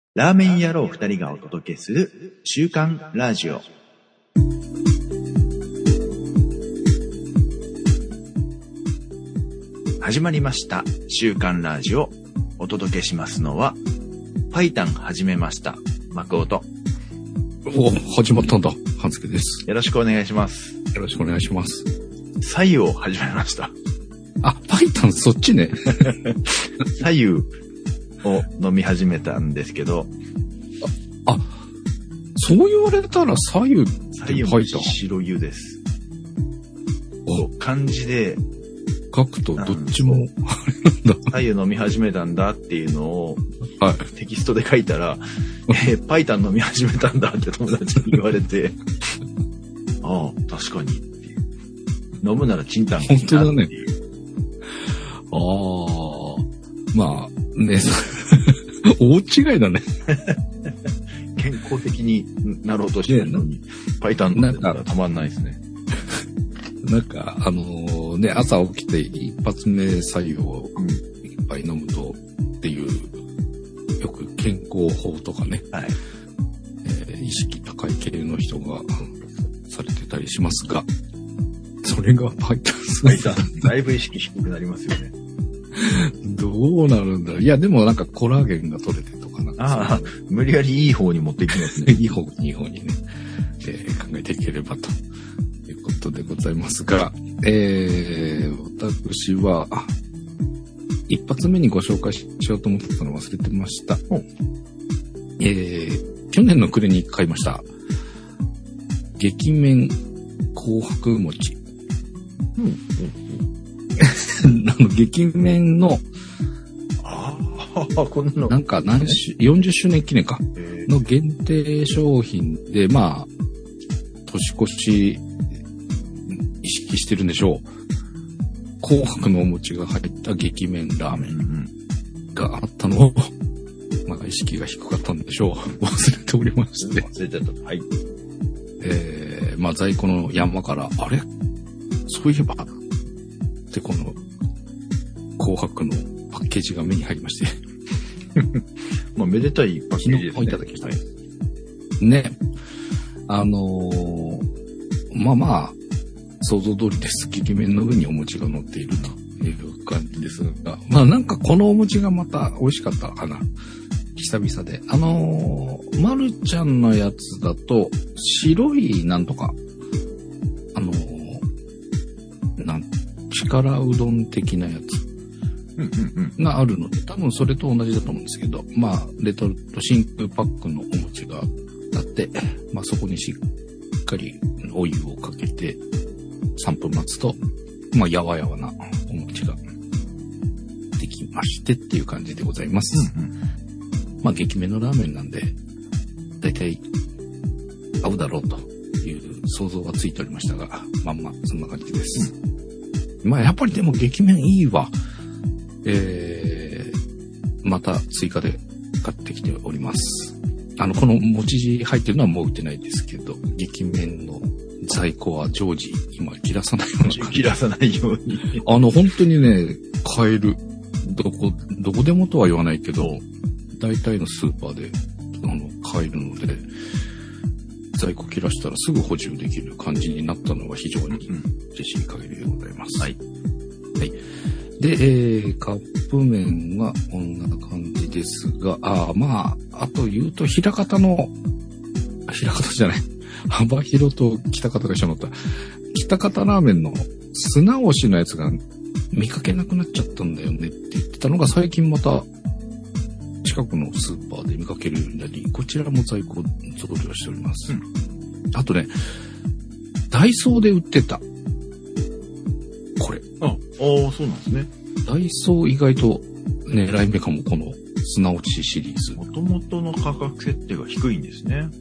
ラーメン野郎二人がお届けする週刊ラジオ。始まりました週刊ラジオ。お届けしますのはパイタン始めましたマクオと。 お、始まったんだ。半助です。 よろしくお願いします。 よろしくお願いします。 左右を始めました。 あ、パイタンそっちね。 左右を飲み始めたんですけど。 あ、そう言われたら左右ってパイタン。 白湯です。漢字で書くとどっちも左右飲み始めたんだっていうのを、 はい、 テキストで書いたら、パイタン飲み始めたんだって友達に言われて、ああ、確かにっていう。飲むならチンタンがいいなっていう。 本当だね。ああ、まあね、大違いだね。 健康的になろうとしてるのに、パイタン飲んでたらたまんないですね。 なんか、ね、朝起きて一発目白湯をいっぱい飲むとっていう、よく健康法とかね、はい、意識高い系の人がされてたりしますが、それがパイタンス。 パイタン、だいぶ意識低くなりますよね。 どうなるんだろう。いや、でもなんかコラーゲンが取れてとかなんか。 ああ、無理やりいい方に持っていきますね。 いい方にね、考えていければということでございますが、私は、一発目にご紹介しようと思ってたの忘れてました。去年の暮れに買いました。激麺紅白餅。激麺の、 こんなの。 なんか40周年記念か。の限定商品で、まあ、年越し意識してるんでしょう。紅白のお餅が入った激麺ラーメンがあったのを、まあ意識が低かったんでしょう。忘れておりまして。 忘れてた。はい。 まあ在庫の山から、あれそういえば、ってこの紅白のパッケージが目に入りまして。 まあめでたいパッケージですね。 昨日いただきました。はい、ね。まあまあ、想像通りです。激麺の上にお餅が乗っているという感じですが。まあなんかこのお餅がまた美味しかったかな。久々で。まるちゃんのやつだと、白いなんとか、力うどん的なやつがあるので、多分それと同じだと思うんですけど、まあ、レトルト真空パックのお餅があって、まあそこにしっかりお湯をかけて3分待つと、まあやわやわなお餅ができましてっていう感じでございます。まあ激めのラーメンなんで、だいたい合うだろうという想像がついておりましたが、まんまそんな感じです。まあやっぱりでも激麺いいわ。また追加で買ってきております。この餅地入ってるのはもう売ってないですけど、激麺の在庫は常時今切らさないような感じ。 切らさないように。 本当にね、買える。どこでもとは言わないけど、大体のスーパーで、買えるので、在庫切らしたらすぐ補充できる感じになったのは非常に嬉しい限りでございます。はい。はい。で、カップ麺はこんな感じですが、まあ、あと言うと、枚方じゃない。幅広と北方が一緒になった。北方ラーメンの砂押しのやつが見かけなくなっちゃったんだよねって言ってたのが最近また近くのスーパーで見かけるようになり、こちらも在庫増量しております。あとね、ダイソーで売ってた。これ。 そうなんですね。 ダイソー意外と狙い目かも、この砂落ちシリーズ。 元々の価格設定が低いんですね。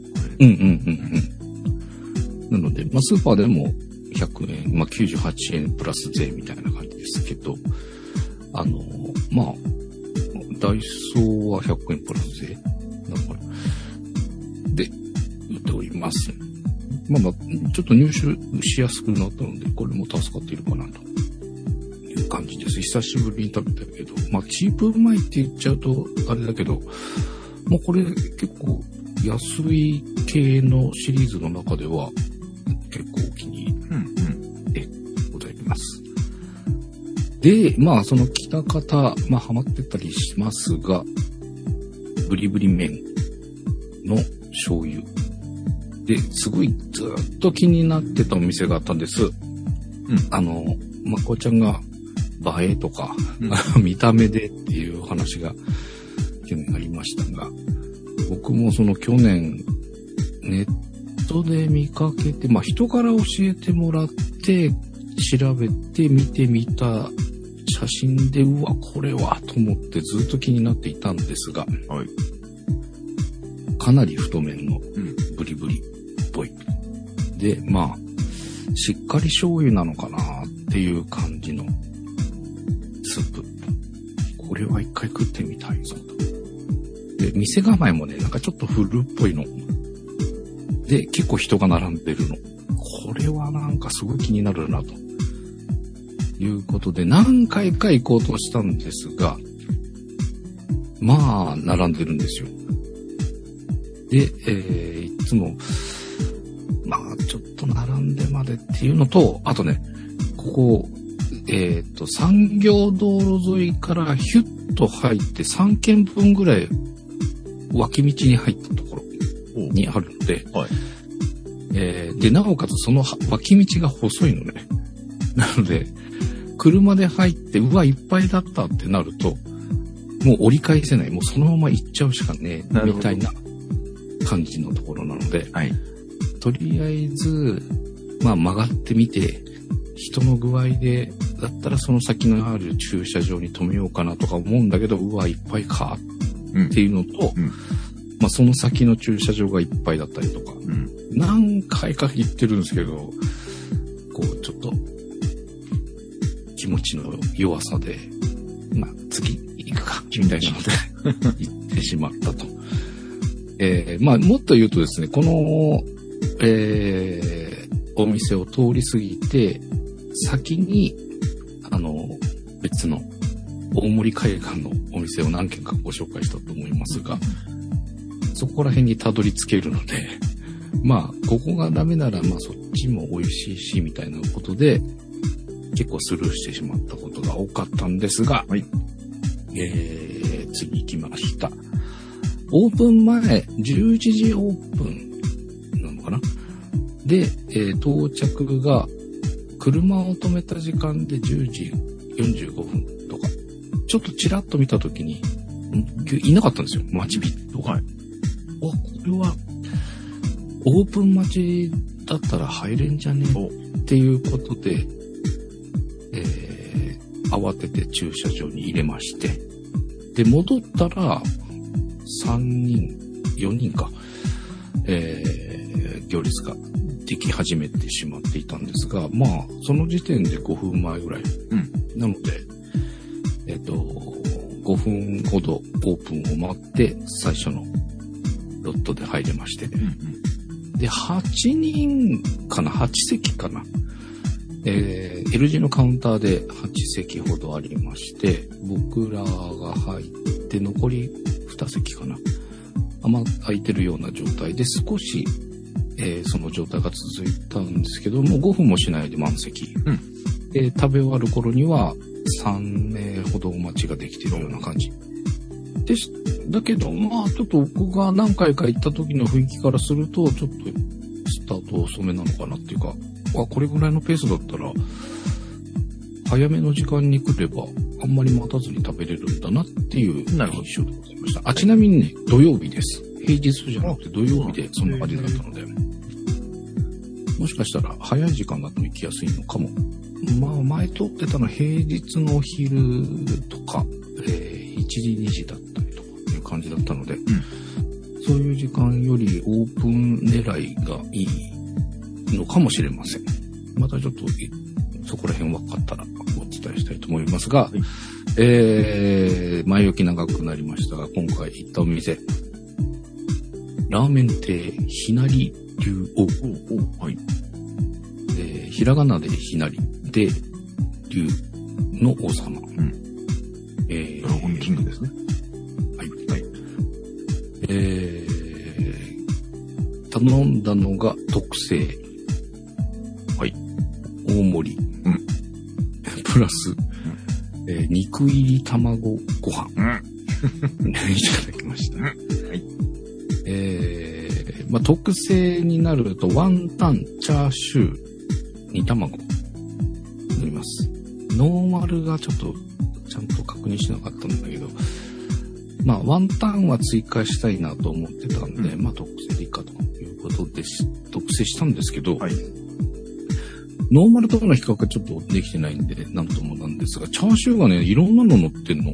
なので、まあスーパーでも100円、まあ98円プラス税みたいな感じですけど、まあ、ダイソーは100円プラス税だから。で、売っております。まあまあ、ちょっと入手しやすくなったので、これも助かっているかなという感じです。久しぶりに食べたけど、まあチープうまいって言っちゃうとあれだけど、 もうこれ結構安い系のシリーズの中では結構お気に入りでございます。で、まあその北方、まあハマってたりしますが、ブリブリ麺の醤油。で、すごいずっと気になってたお店があったんです。まこちゃんが映えとか、見た目でっていう話が去年ありましたが、僕もその去年ネットで見かけて、まあ人から教えてもらって調べて見てみた写真で、うわ、これはと思ってずっと気になっていたんですが、 はい、 かなり太麺のブリブリっぽい。で、まあ、しっかり醤油なのかなっていう感じのスープ。これは一回食ってみたいぞと。で、店構えもね、なんかちょっと古っぽいの。で、結構人が並んでるの。これはなんかすごい気になるなと。いうことで、何回か行こうとしたんですが、まあ、並んでるんですよ。で、いつも、まあ、ちょっと並んでまでっていうのと、あとね、ここ、産業道路沿いからヒュッと入って3軒分ぐらい脇道に入ったところにあるので、はい、で、なおかつその脇道が細いのね。なので、車で入って、うわ、いっぱいだったってなると、もう折り返せない。もうそのまま行っちゃうしかねえ、みたいな感じのところなので、はい、とりあえず、まあ曲がってみて、人の具合で、だったらその先のある駐車場に止めようかなとか思うんだけど、うわ、いっぱいかっていうのと、まあその先の駐車場がいっぱいだったりとか、何回か行ってるんですけど、こうちょっと気持ちの弱さで、まあ次行くか、みたいなので行ってしまったと。まあもっと言うとですね、この、お店を通り過ぎて、先に、別の大森海岸のお店を何軒かご紹介したと思いますが、そこら辺にたどり着けるので、まあ、ここがダメなら、まあそっちも美味しいし、みたいなことで、結構スルーしてしまったことが多かったんですが、はい、次行きました。オープン前、11時オープンなのかな？で、到着が、車を止めた時間で10時45分とか、ちょっとチラッと見たときに、いなかったんですよ、待ち人が。はい、これは、オープン待ちだったら入れんじゃねえっていうことで、慌てて駐車場に入れまして、で、戻ったら、3人、4人か、行列ができ始めてしまっていたんですが、まあ、その時点で5分前ぐらい。なので、5分ほどオープンを待って、最初のロットで入れまして。で、8人かな ?8 席かなL 字のカウンターで8席ほどありまして、僕らが入って残り2席かな空いてるような状態で少し、その状態が続いたんですけども、5分もしないで満席。で、食べ終わる頃には3名ほどお待ちができているような感じ。だけど、まあ、ちょっと僕が何回か行った時の雰囲気からすると、ちょっとスタート遅めなのかなっていうか、これぐらいのペースだったら、早めの時間に来れば、あんまり待たずに食べれるんだなっていう印象でございました。ちなみにね、土曜日です。平日じゃなくて土曜日でそんな感じだったので、もしかしたら早い時間だと行きやすいのかも。まあ、前通ってたのは平日のお昼とか、1時2時だったりとかいう感じだったので、そういう時間よりオープン狙いがいいのかもしれません。またちょっとそこら辺分かったらお伝えしたいと思いますが、前置き長くなりましたが、今回行ったお店、ラーメン亭ひなり流王、はい、ひらがなでひなりで流の王様、ドラゴンキングですね。はい、はい。 頼んだのが特製。 はい。 大盛り。うん。プラス、肉入り卵ご飯。うん。いただきました。うん、はい。まあ、特製になるとワンタン、チャーシュー、煮卵塗ります。ノーマルがちょっとちゃんと確認しなかったんだけど、まあワンタンは追加したいなと思ってたんで、まあ特製でいいかということで特製したんですけど、はい、ノーマルとの比較はちょっとできてないんでなんともなんですが、チャーシューがねいろんなの乗ってんの。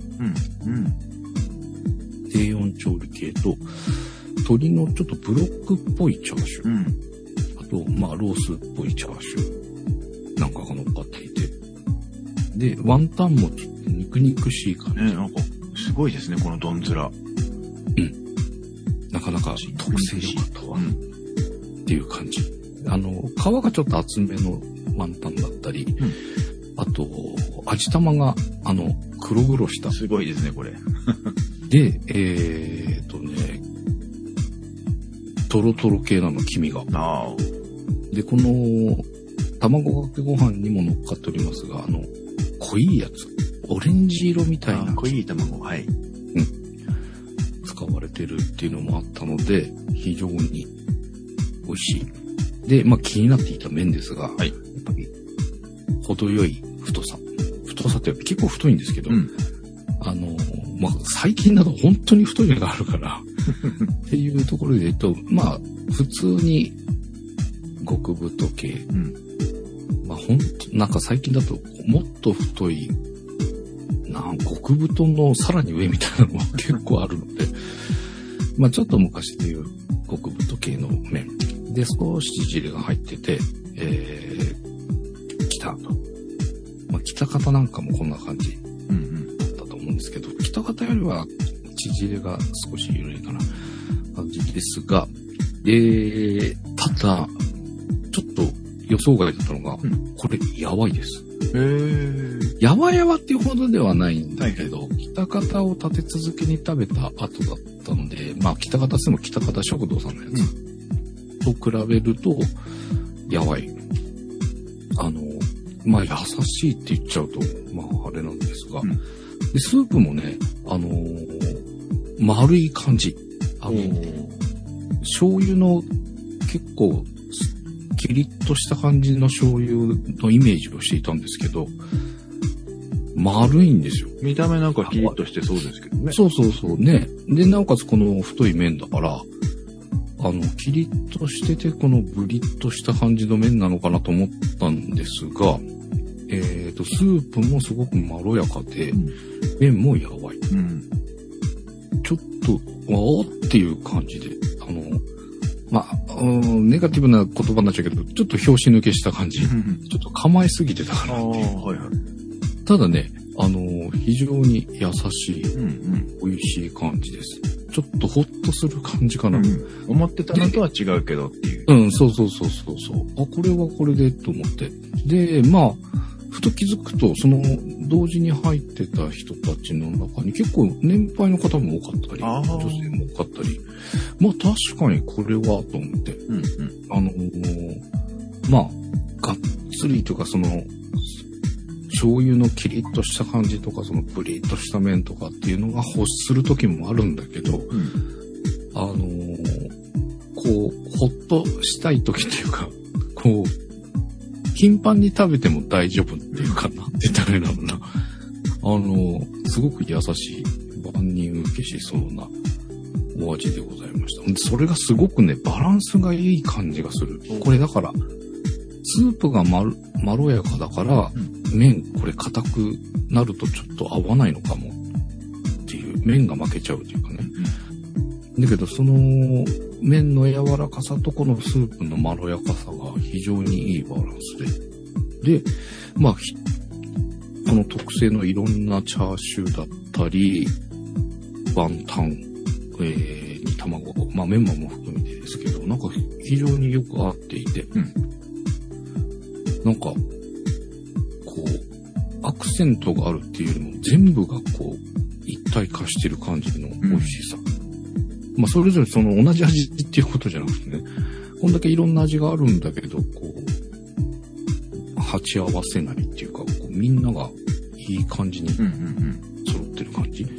低温調理系と鶏のちょっとブロックっぽいチャーシュー、あとまあロースっぽいチャーシューなんかが乗っかっていて、でワンタンもちょっと肉々しい感じ。 なんかすごいですねこの丼面。 なかなか特製よかったわ、っていう感じ。皮がちょっと厚めのワンタンだったり、あと味玉が黒々した。 すごいですねこれ。 でトロトロ系なの黄身が。でこの卵かけご飯にも乗っかっておりますが、濃いやつ、オレンジ色みたいな濃い卵、はい、 使われてるっていうのもあったので非常に美味しい。で、まあ気になっていた麺ですが、はい、やっぱり程よい太さって結構太いんですけど、まあ最近だと本当に太いのがあるからっていうところで言うと、まあ普通に極太系、まあなんか最近だともっと太い極太のさらに上みたいなのが結構あるのでまあちょっと昔でいう極太系の麺で少し縮れが入ってて、来たと。まあ北方なんかもこんな感じだったと思うんですけど、北方よりは縮れが少し緩いかな感じですが、ただちょっと予想外だったのが、これやばいです。やわやわっていうほどではないんだけど、北方を立て続けに食べた後だったので、まあ北方でも北方食堂さんのやつ、と比べるとやばい。まあ優しいって言っちゃうとまああれなんですが、でスープもね丸い感じ。醤油の結構キリッとした感じの醤油のイメージをしていたんですけど、丸いんですよ。 見た目なんかキリッとしてそうですけどね。 そうね。でなおかつこの太い麺だからキリッとしててこのブリッとした感じの麺なのかなと思ったんですが、スープもすごくまろやかで、麺もやばい。ちょっとわーっていう感じでまあ、ネガティブな言葉になっちゃうけど、ちょっと拍子抜けした感じ。ちょっと構えすぎてたかなっていう。ただね、非常に優しい、美味しい感じです。ちょっとホッとする感じかな。 思ってたのとは違うけどっていう。 そう。これはこれでと思って。で、まあ、ふと気づくと、同時に入ってた人たちの中に結構年配の方も多かったり、女性も多かったり、まあ確かにこれはと思って、まあ、がっつりというか醤油のキリッとした感じとか、プリッとした麺とかっていうのが欲する時もあるんだけど、こう、ほっとしたい時っていうか、こう、頻繁に食べても大丈夫っていうかなってダメなのな。すごく優しい、万人受けしそうなお味でございました。それがすごくね、バランスがいい感じがする。これだから、スープがまろやかだから、麺、これ硬くなるとちょっと合わないのかもっていう、麺が負けちゃうというかね。だけど、麺の柔らかさとこのスープのまろやかさが非常にいいバランスで。で、まあ、この特製のいろんなチャーシューだったり、ワンタン、に卵、まあメンマも含めてですけど、なんか非常によく合っていて、なんか、こう、アクセントがあるっていうよりも全部がこう、一体化してる感じの美味しさ。 まあ、それぞれその同じ味っていうことじゃなくてね、こんだけいろんな味があるんだけど、こう、鉢合わせないっていうか、こうみんながいい感じに揃ってる感じ。で、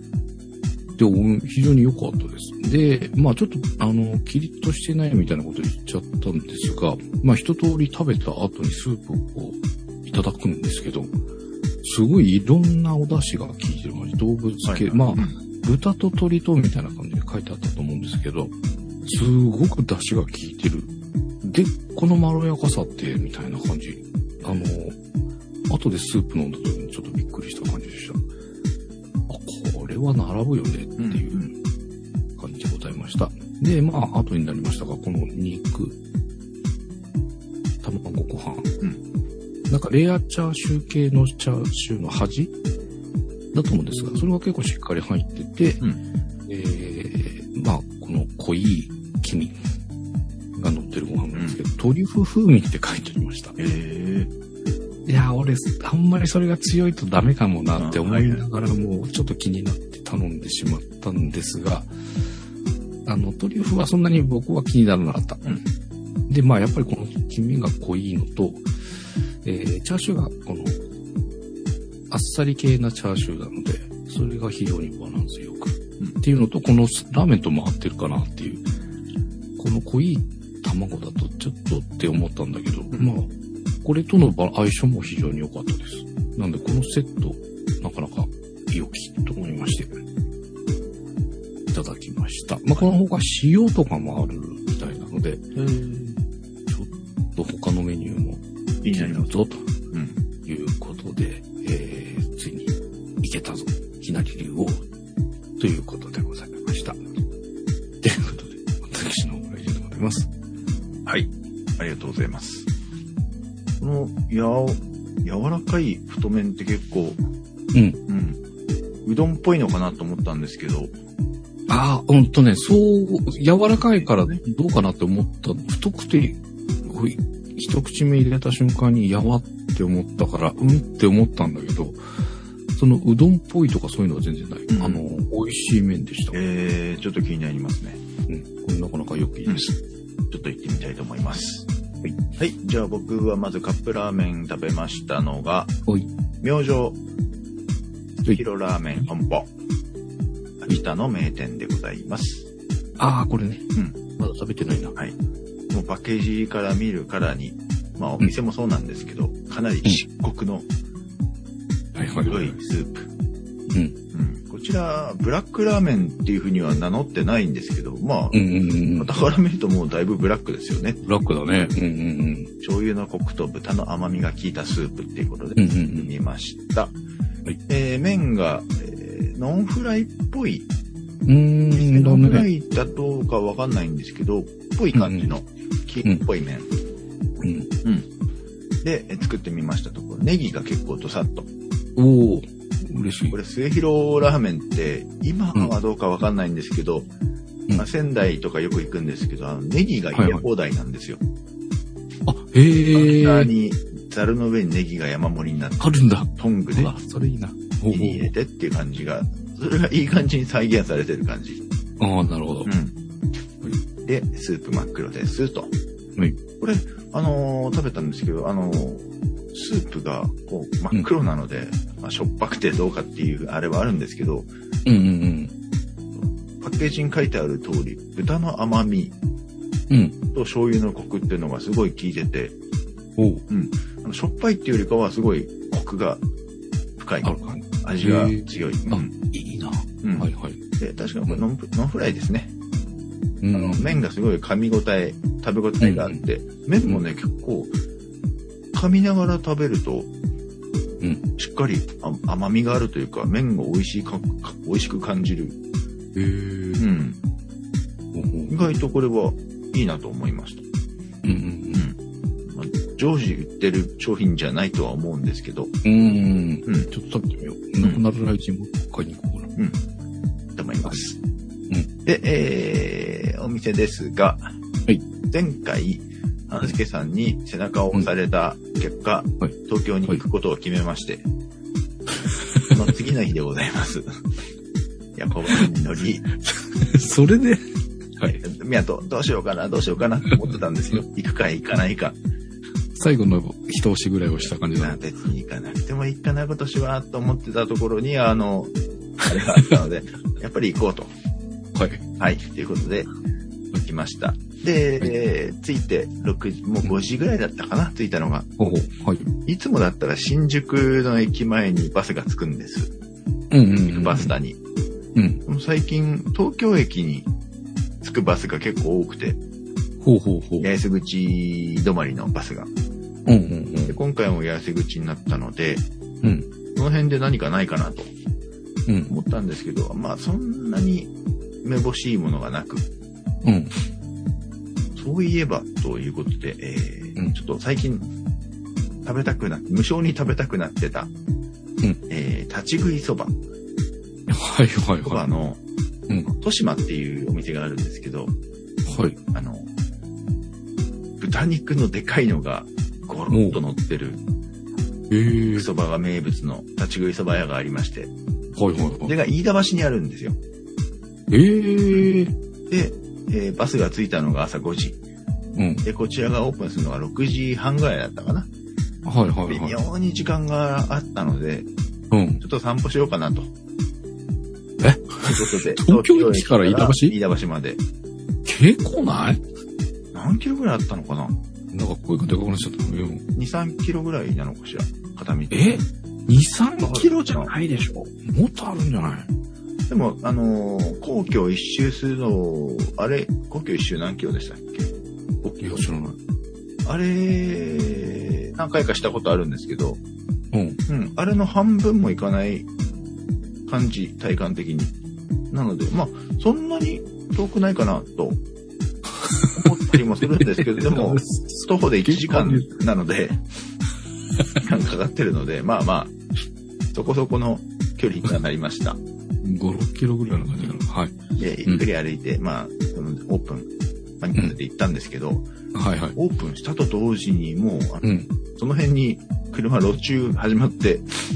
非常に良かったです。で、まあちょっと、キリッとしてないみたいなこと言っちゃったんですが、まあ一通り食べた後にスープをこういただくんですけど、すごいいろんなお出汁が効いてる感じ。動物系、まあ、豚と鶏とみたいな感じで書いてあったと思うんですけど、すごく出汁が効いてる。で、このまろやかさって、みたいな感じ。後でスープ飲んだ時にちょっとびっくりした感じでした。あ、これは並ぶよねっていう感じでございました。で、まあ、後になりましたが、この肉、卵ご飯。なんかレアチャーシュー系のチャーシューの端だと思うんですが、それは結構しっかり入ってて、まあ、この濃い黄身が乗ってるご飯なんですけど、トリュフ風味って書いてありました。いや、俺、あんまりそれが強いとダメかもなって思いながらも、ちょっと気になって頼んでしまったんですが、トリュフはそんなに僕は気にならなかった。で、まあ、やっぱりこの黄身が濃いのと、チャーシューがこの、あっさり系なチャーシューなので、それが非常にバランスよく。っていうのと、このラーメンとも合ってるかなっていう。この濃い卵だとちょっとって思ったんだけど、まあ、これとの相性も非常に良かったです。なんで、このセット、なかなか良きと思いまして、いただきました。まあ、この他塩とかもあるみたいなので、ちょっと他のメニューも気になりますぞということで、ついに行けたぞ、きなり竜王ということでございました。ということで、私のお礼でございます。 はい、ありがとうございます。この柔らかい太麺って結構、うどんっぽいのかなと思ったんですけど。 そう、柔らかいからどうかなって思った。太くて、一口目入れた瞬間にやわって思ったから、って思ったんだけど、そのうどんっぽいとかそういうのは全然ない。美味しい麺でした。 ちょっと気になりますね。 これなかなか良きです。 ちょっと行ってみたいと思います。はい。じゃあ僕はまずカップラーメン食べましたのが、明星広ラーメン本舗。秋田の名店でございます。 これね。まだ食べてないな。 はい。もうパッケージから見るからに、まあお店もそうなんですけど、かなり漆黒の黒いスープ。こちら、ブラックラーメンっていう風には名乗ってないんですけど、まあ、だから見るともうだいぶブラックですよね。 ブラックだね。 醤油のコクと豚の甘みが効いたスープっていうことで見ました。麺が、ノンフライっぽい。ノンフライだとかわかんないんですけど、ぽい感じの金っぽい麺。で、作ってみましたところ、ネギが結構ドサッと。 嬉しい。 これ、末広ラーメンって、今はどうかわかんないんですけど、仙台とかよく行くんですけど、ネギが入れ放題なんですよ。ザルの上にネギが山盛りになって、 あるんだ。 トングで、 それいいな。 入れてっていう感じが、それがいい感じに再現されてる感じ。 なるほど。 で、スープ真っ黒ですと。これ、食べたんですけど、スープがこう真っ黒なので、しょっぱくてどうかっていうあれはあるんですけど、パッケージに書いてある通り、豚の甘みと醤油のコクっていうのがすごい効いてて、しょっぱいっていうよりかはすごいコクが深い。味が強い。 いいな。 で、確かにこれノンフライですね。麺がすごい噛み応え、食べ応えがあって、麺もね、結構、噛みながら食べると、しっかり甘みがあるというか、麺が美味しく感じる。意外とこれはいいなと思いました。常時売ってる商品じゃないとは思うんですけど。ちょっと食べてみよう。なくなるライチも買いに行こうかな。と思います。で、お店ですが、前回、半助さんに背中を押された結果、東京に行くことを決めまして、その次の日でございます。夜行バスに乗り、 それで、はい。 宮とどうしようかなと思ってたんですよ。行くか行かないか。 最後の一押しぐらいをした感じだ。 別に行かなくてもいいかな今年はと思ってたところに、あれがあったので、やっぱり行こうと。 はい。 はい。ということで、行きました。で、着いてもう5時ぐらいだったかな、着いたのが。 はい。 いつもだったら新宿の駅前にバスが着くんです。バスタに。最近、東京駅に着くバスが結構多くて。八重洲口止まりのバスが。で今回も八重洲口になったので、その辺で何かないかなと思ったんですけど、まあそんなにめぼしいものがなく、そういえばということで、ちょっと最近無性に食べたくなってた、立ち食いそば。そばの、豊島っていうお店があるんですけど、豚肉のでかいのがゴロッと乗ってる、そばが名物の立ち食いそば屋がありまして、それが飯田橋にあるんですよ。で、バスが着いたのが朝5時。で、こちらがオープンするのが6時半ぐらいだったかな。微妙に時間があったので、ちょっと散歩しようかなと。ということで、 東京駅から飯田橋まで。 結構ない何キロぐらいあったのかな。 なんか声がでかくなっちゃったのよ。 2、3キロぐらいなのかしら。片道。 2、3キロじゃないでしょ。もっとあるんじゃない？ でも、皇居一周するの、皇居一周何キロでしたっけ？ いや、知らない。 あれ、何回かしたことあるんですけど、あれの半分もいかない感じ、体感的に。なので、まあ、そんなに遠くないかなと思ったりもするんですけど、でも、徒歩で1時間なので、時間かかってるので、まあまあ、そこそこの距離になりました。 5、6キロぐらいの感じかな。はい。 で、ゆっくり歩いて、まあ、そのオープン、にかけて行ったんですけど、オープンしたと同時にもう、その辺に車路中始まって、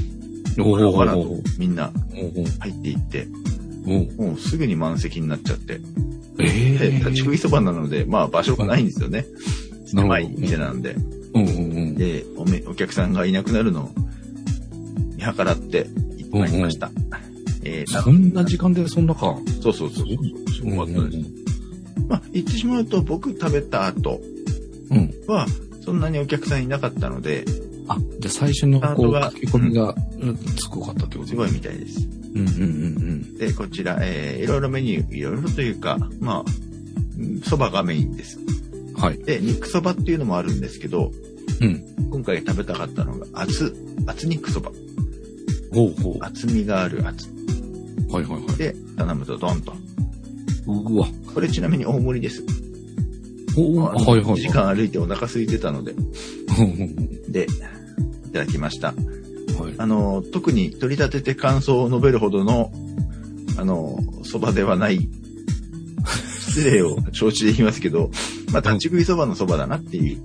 みんな入っていって、もうすぐに満席になっちゃって、立ち食いそばなので、まあ場所がないんですよね。狭い店なんで。で、お客さんがいなくなるのを見計らって行ってまいりました。 そんな時間でそんなか。 そう。すごかったです。まあ、言ってしまうと僕食べた後はそんなにお客さんいなかったので、 じゃあ最初のこう書き込みがすごかったってこと？ すごいみたいです。で、こちら、いろいろメニュー、いろいろというか、まあ、蕎麦がメインです。で、肉蕎麦っていうのもあるんですけど、今回食べたかったのが厚肉蕎麦。厚みがある厚。で、頼むとドンと。これちなみに大盛りです。1時間歩いてお腹空いてたので。で、いただきました。特に取り立てて感想を述べるほどの、蕎麦ではない、失礼を承知で言いますけど、まあ、立ち食い蕎麦の蕎麦だなっていう。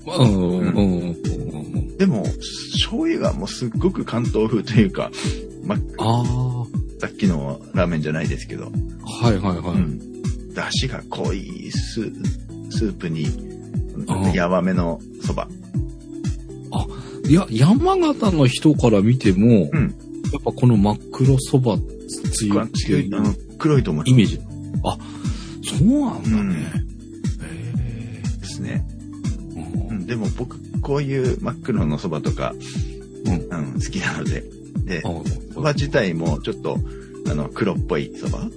でも、醤油がもうすっごく関東風というか、さっきのラーメンじゃないですけど。出汁が濃いスープに、やわめの蕎麦。 いや、山形の人から見ても、やっぱこの真っ黒蕎麦強い黒いと思います。 イメージ。そうなんだね。 ですね。でも僕、こういう真っ黒の蕎麦とか、好きなので。で、蕎麦自体もちょっと、黒っぽい蕎麦。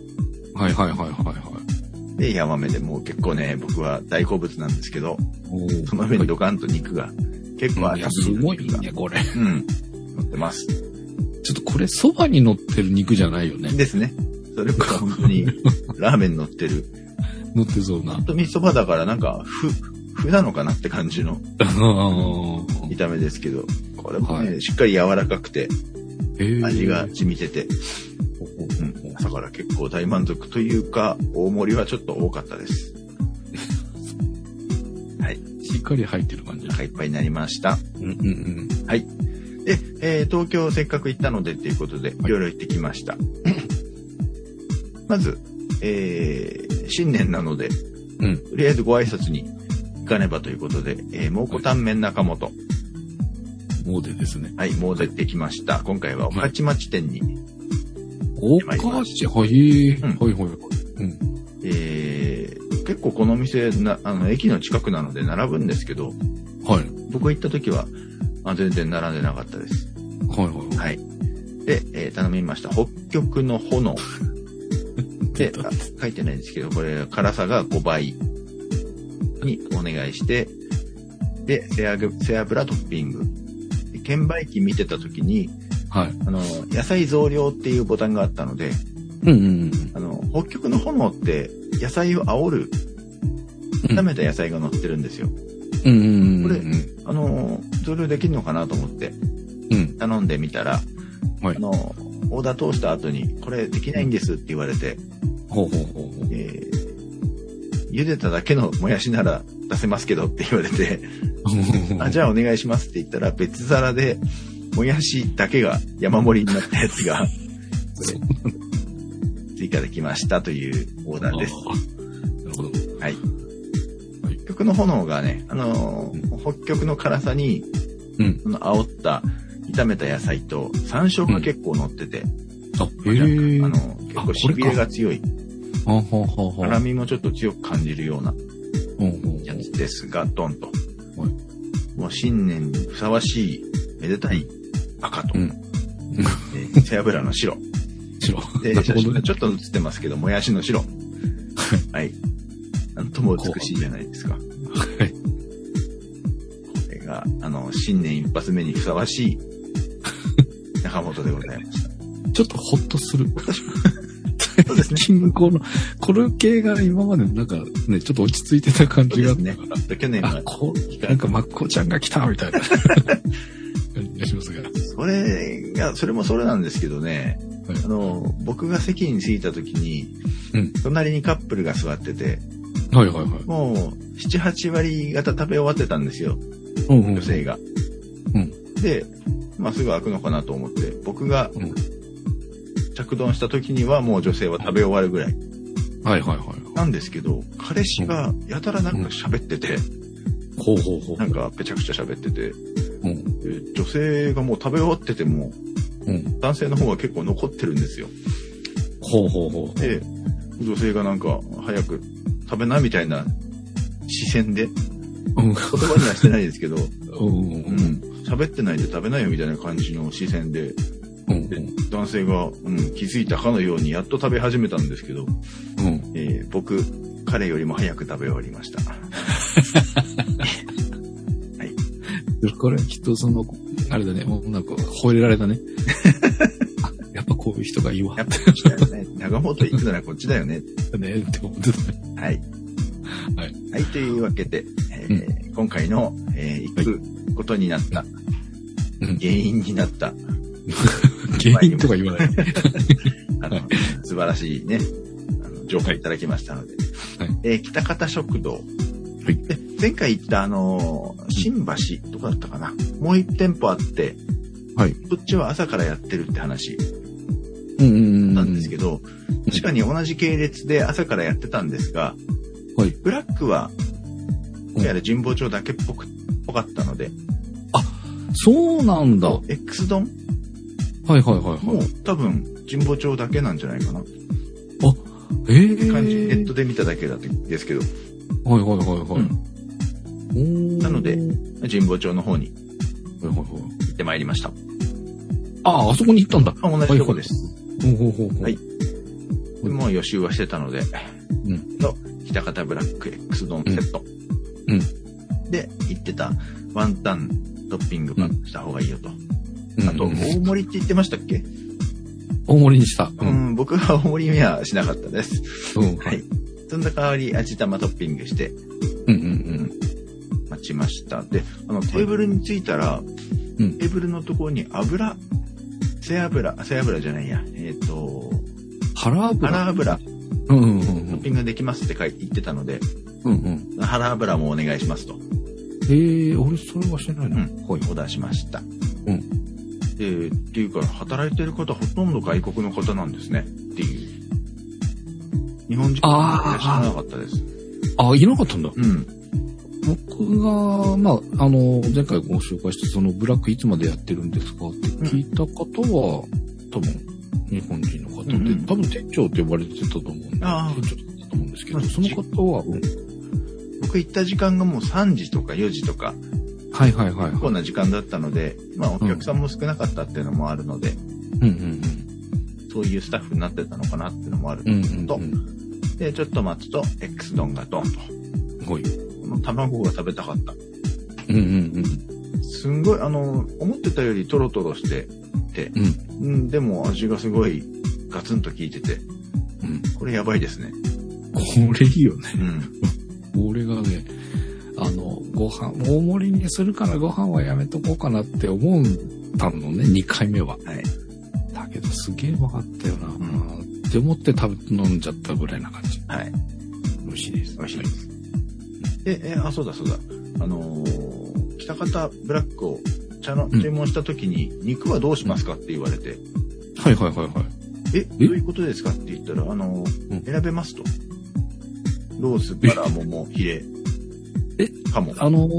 で、やわめでもう結構ね、僕は大好物なんですけど、その上にドカンと肉が結構すごいね、これ。 乗ってます。 ちょっとこれ蕎麦に乗ってる肉じゃないよね。 ですね。それこそ本当にラーメンに乗ってる。 乗ってそうな。 本当に蕎麦だからなんか、麩なのかなって感じの炒めですけど、これもね、しっかり柔らかくて、味が染みてて、だから結構大満足というか、大盛りはちょっと多かったです。 しっかり入ってる感じ。 お腹いっぱいになりました。はい。で、東京せっかく行ったのでっていうことで、いろいろ行ってきました。まず、 新年なので、 うん。 とりあえずご挨拶に行かねばということで、蒙古タンメン中本。 モーデですね。 はい、もう出てきました。今回は御徒町店に。 おかち、はい、 うん、 はいはいはい。うん。 結構この店駅の近くなので並ぶんですけど、 はい。 僕行った時は、全然並んでなかったです。 はいはいはい。で、頼みました。北極の炎。で、書いてないんですけど、これ、辛さが5倍にお願いして、で、背脂トッピング。券売機見てた時に、 はい。 野菜増量っていうボタンがあったので、 うんうんうん。北極の炎って野菜を煽る、炒めた野菜が乗ってるんですよ。 うんうんうん。 これ、増量できるのかなと思って、 うん。 頼んでみたら、 はい。 オーダー通した後に、これできないんですって言われて、 ほうほうほうほう。 茹でただけのもやしなら出せますけどって言われて、じゃあお願いしますって言ったら、別皿で、もやしだけが山盛りになったやつが、追加できましたというオーダーです。 なるほど。 はい。北極の炎がね、北極の辛さに、 うん。 煽った炒めた野菜と山椒が結構乗ってて、 結構痺れが強い。辛みもちょっと強く感じるようなやつですが、ドンと。もう新年にふさわしい、めでたい赤と、背脂の白。で、写真がちょっと写ってますけど、もやしの白。はい。なんとも美しいじゃないですか。はい。これが、新年一発目にふさわしい中本でございました。 ちょっとほっとする。 そうですね。 この系が今までなんかね、ちょっと落ち着いてた感じがあったから。 ね、去年は。 なんかマッコちゃんが来たみたいな感じがしますが。 それもそれなんですけどね、はい、僕が席に着いた時に、隣にカップルが座ってて、 はいはいはい。 もう、7、8割方食べ終わってたんですよ。女性が。で、すぐ開くのかなと思って、僕が、着丼した時にはもう女性は食べ終わるぐらい。 はいはいはい。 なんですけど、彼氏がやたらなんか喋ってて、なんかぺちゃくちゃ喋ってて、女性がもう食べ終わってても、男性の方が結構残ってるんですよ。で、女性がなんか早く食べなみたいな視線で、言葉にはしてないですけど、喋ってないで食べないよみたいな感じの視線で、男性が、気づいたかのようにやっと食べ始めたんですけど、僕、彼よりも早く食べ終わりました。はい。 これきっとあれだね、もうなんか吠えられたね。やっぱこういう人がいいわ。 やっぱこっちだよね。長本行くならこっちだよね。 ねって思ってたね。 はい。はい。はい、というわけで、今回の、行くことになった、原因になった、 原因とか言わない。 素晴らしいね、情報いただきましたので。北方食堂。で前回行った新橋、どこだったかな。もう一店舗あって、そっちは朝からやってるって話なんですけど、確かに同じ系列で朝からやってたんですが、ブラックは、どうやら神保町だけっぽかったので。 あ、そうなんだ。 X 丼もう多分神保町だけなんじゃないかな。 感じネットで見ただけですけど。なので神保町の方に行ってまいりました。 あそこに行ったんだ。 同じとこです。はい。でもう予習はしてたので、北方ブラック X 丼セット。で言ってたワンタントッピングパックした方がいいよと。あと大盛りって言ってましたっけ？ 大盛りにした。 僕は大盛りにはしなかったです。はい。そんな代わり味玉トッピングして、待ちました。で、テーブルに着いたら、テーブルのところに背脂じゃないや、 腹油。トッピングができますって言ってたので、腹油もお願いしますと。 俺それはしてないな。 オーダーしました。っていうか、働いてる方ほとんど外国の方なんですね。っていう。 日本人は知らなかったです。 いなかったんだ。 うん。 僕が、まあ、前回ご紹介して、そのブラックいつまでやってるんですかって聞いた方は、多分、日本人の方で、多分店長って呼ばれてたと思うんで、店長だったと思うんですけど、その方は、 僕行った時間がもう3時とか4時とか、 はいはいはい。 結構な時間だったので、まあお客さんも少なかったっていうのもあるので、そういうスタッフになってたのかなっていうのもあるのと、で、ちょっと待つと、X 丼がドンと。 はい。 この卵が食べたかった。すんごい、思ってたよりトロトロしてて、でも味がすごいガツンと効いてて、これやばいですね。 これいいよね。 俺がね、ご飯、大盛りにするからご飯はやめとこうかなって思ったのね、2回目は。はい。だけどすげえうまかったよな。って思って飲んじゃったぐらいな感じ。はい。美味しいです。 美味しいです。で、そうだ。北方ブラックを注文した時に、肉はどうしますかって言われて。 はい。 どういうことですかって言ったら、選べますと。ロース、バラ、モモ、ヒレ。かも。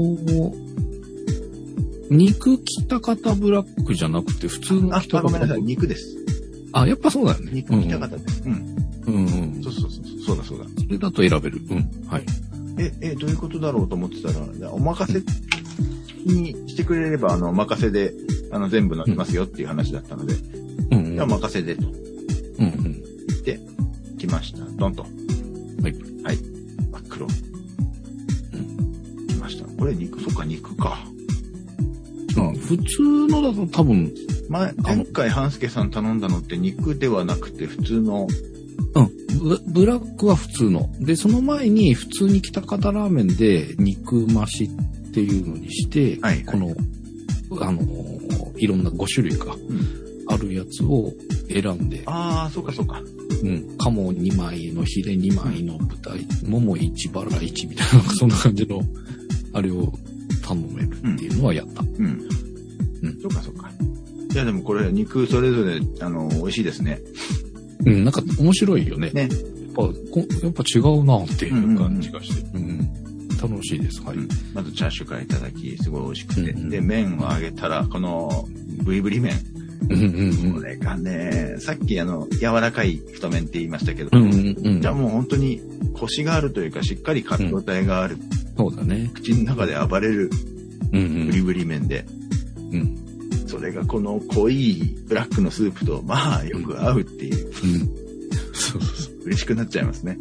肉北方ブラックじゃなくて普通の北方。 ごめんなさい、肉です。 やっぱそうだよね。 肉北方です。そうだ。それだと選べる。はい。 どういうことだろうと思ってたら、お任せにしてくれれば、お任せで、全部乗りますよっていう話だったので、じゃあお任せでと。言って、来ました。ドンと。はい。真っ黒。来ました。これ肉か。 普通のだと多分。 前回半助さん頼んだのって肉ではなくて普通の。 ブラックは普通の。で、その前に普通に北方ラーメンで肉増しっていうのにして、この、いろんな5種類か、あるやつを選んで。 そうか。 鴨2枚のヒレ2枚の豚、もも1バラ1みたいな、そんな感じの、あれを頼めるっていうのはやった。 そうか。いやでもこれ肉それぞれ、美味しいですね。 なんか面白いよね。やっぱ違うなっていう感じがして。楽しいです。はい。 まずチャーシューからいただき、すごい美味しくて。で、麺を揚げたら、この、ブリブリ麺。これがね、さっき柔らかい太麺って言いましたけど、じゃあもう本当にコシがあるというか、しっかり噛み応えがある。 そうだね。 口の中で暴れる、ブリブリ麺で。それがこの濃いブラックのスープと、まあ、よく合うっていう。そう。嬉しくなっちゃいますね。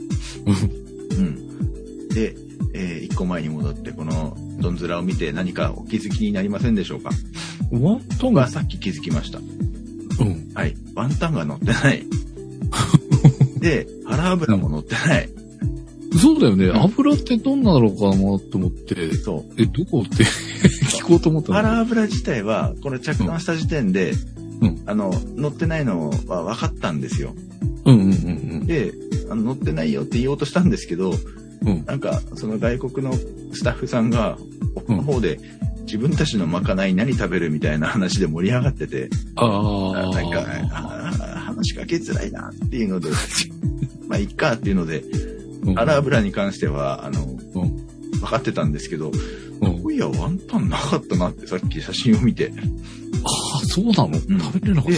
で、一個前に戻って、この、どんずらを見て何かお気づきになりませんでしょうか？ ワンタンはさっき気づきました。はい。ワンタンが乗ってない。で、腹油も乗ってない。 そうだよね。油ってどんなのかなと思って。どこって聞こうと思ったの。 腹油自体は、これ着艦した時点で、乗ってないのは分かったんですよ。で、乗ってないよって言おうとしたんですけど、なんか、その外国のスタッフさんが、奥の方で、自分たちのまかない何食べるみたいな話で盛り上がってて、なんか、話しかけづらいなっていうので、まあ、いっかっていうので、腹油に関しては、分かってたんですけど、いや、ワンタンなかったなってさっき写真を見て。 そうなの？食べれなかった。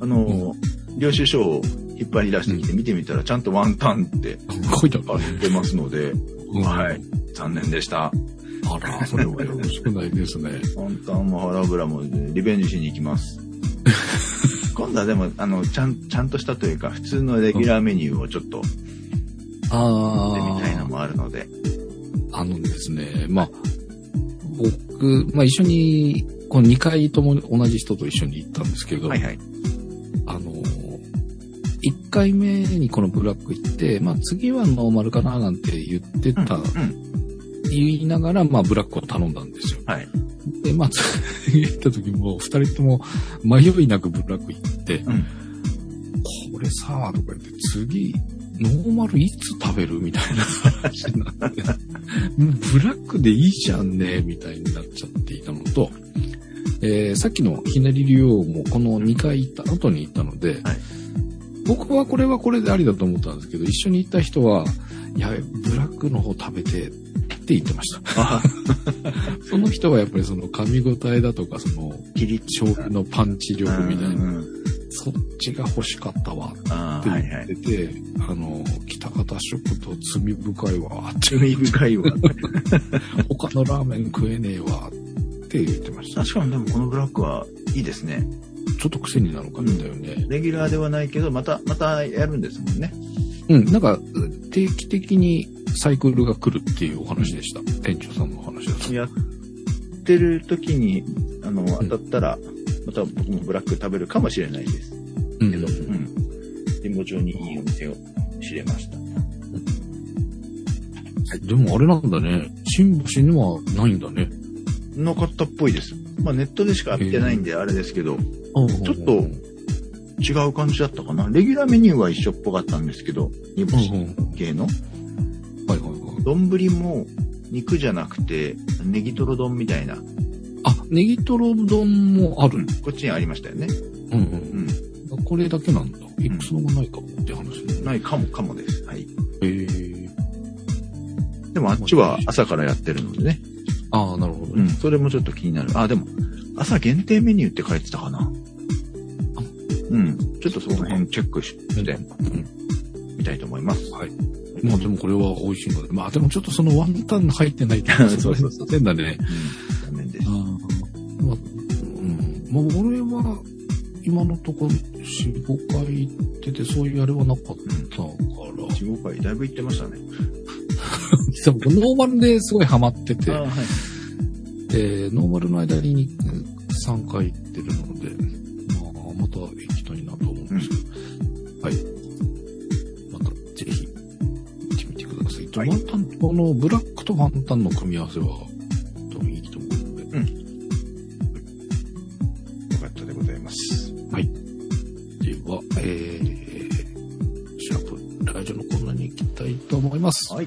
領収書を引っ張り出してきて見てみたら、ちゃんとワンタンって書いてあってますので、はい、残念でした。 それはよろしくないですね。 ワンタンも腹油もリベンジしに行きます。今度はでも、ちゃんとしたというか、普通のレギュラーメニューをちょっと、やってみたいのもあるので。 ですね、僕、一緒に、この2回とも同じ人と一緒に行ったんですけど、1回目にこのブラック行って、次はノーマルかななんて言ってた、言いながら、ブラックを頼んだんですよ。で、次行った時も、2人とも迷いなくブラック行って、これさ、とか言って、次、ノーマルいつ食べるみたいな話になって、ブラックでいいじゃんね、みたいになっちゃっていたのと、さっきのひねり竜王もこの2回行った後に行ったので、 僕はこれはこれでありだと思ったんですけど、一緒に行った人は、いや、ブラックの方食べてって言ってました。その人はやっぱりその噛み応えだとか、その、醤油のパンチ力みたいな、そっちが欲しかったわって言ってて、北方食堂罪深いわ。 罪深いわ。 他のラーメン食えねえわって言ってました。 確かにでもこのブラックはいいですね。 ちょっと癖になる感じだよね。 レギュラーではないけど、またやるんですもんね。 うん、なんか、定期的にサイクルが来るっていうお話でした。店長さんのお話だと。 やってる時に、当たったら、また僕もブラック食べるかもしれないです。けど、神保町にいいお店を知れました。 でもあれなんだね。新橋にはないんだね。 なかったっぽいです。まあネットでしか見てないんであれですけど、ちょっと違う感じだったかな。レギュラーメニューは一緒っぽかったんですけど、煮干し系の。丼も肉じゃなくて、ネギトロ丼みたいな。 あ、ネギトロ丼もある。 こっちにありましたよね。 これだけなんだ。X のがないかもって話ね。 ないかもです。はい。でもあっちは朝からやってるのでね。 ああ、なるほどね。 それもちょっと気になる。あ、でも、朝限定メニューって書いてたかな。ちょっとその辺チェックして、みたいと思います。はい。 まあでもこれは美味しいので。まあでもちょっとそのワンタン入ってないっていうのはそう残念だね。 残念です。 まあ俺は今のところ4、5回行っててそういうあれはなかったから。 4、5回だいぶ行ってましたね。 ノーマルですごいハマってて。で、ノーマルの間に3回行ってるので、また行きたいなと思うんですけど。はい。またぜひ行ってみてください。ワンタン、このブラックとワンタンの組み合わせは多分いいと思うので。よかったでございます。 はい。では、シャープラジオのコーナーに行きたいと思います。はい。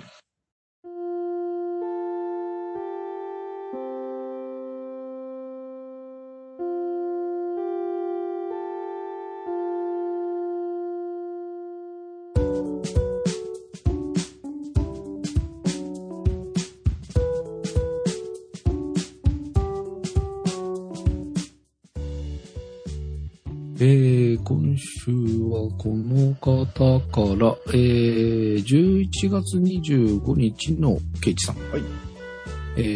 今週はこの方から、11月25日のケイチさん。はい。